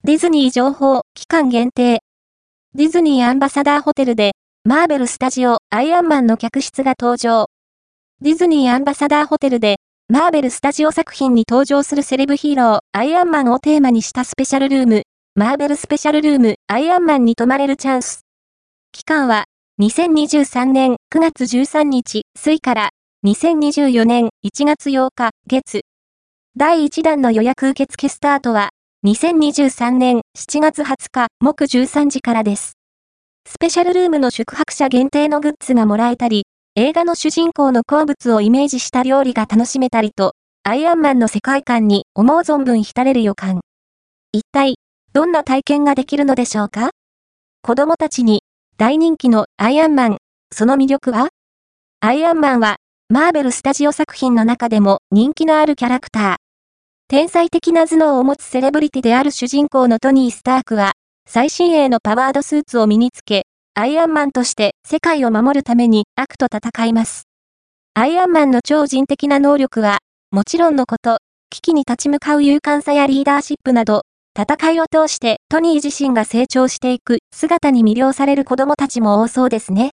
ディズニー情報、期間限定。ディズニーアンバサダーホテルで、マーベルスタジオ、アイアンマンの客室が登場。ディズニーアンバサダーホテルで、マーベルスタジオ作品に登場するセレブヒーロー、アイアンマンをテーマにしたスペシャルルーム、マーベルスペシャルルーム、アイアンマンに泊まれるチャンス。期間は、2023年9月13日、水から、2024年1月8日、月。第1弾の予約受付スタートは、2023年7月20日、木13時からです。スペシャルルームの宿泊者限定のグッズがもらえたり、映画の主人公の好物をイメージした料理が楽しめたりと、アイアンマンの世界観に思う存分浸れる予感。一体、どんな体験ができるのでしょうか？子供たちに大人気のアイアンマン、その魅力は？アイアンマンは、マーベルスタジオ作品の中でも人気のあるキャラクター。天才的な頭脳を持つセレブリティである主人公のトニー・スタークは、最新鋭のパワードスーツを身につけ、アイアンマンとして世界を守るために悪と戦います。アイアンマンの超人的な能力は、もちろんのこと、危機に立ち向かう勇敢さやリーダーシップなど、戦いを通してトニー自身が成長していく姿に魅了される子供たちも多そうですね。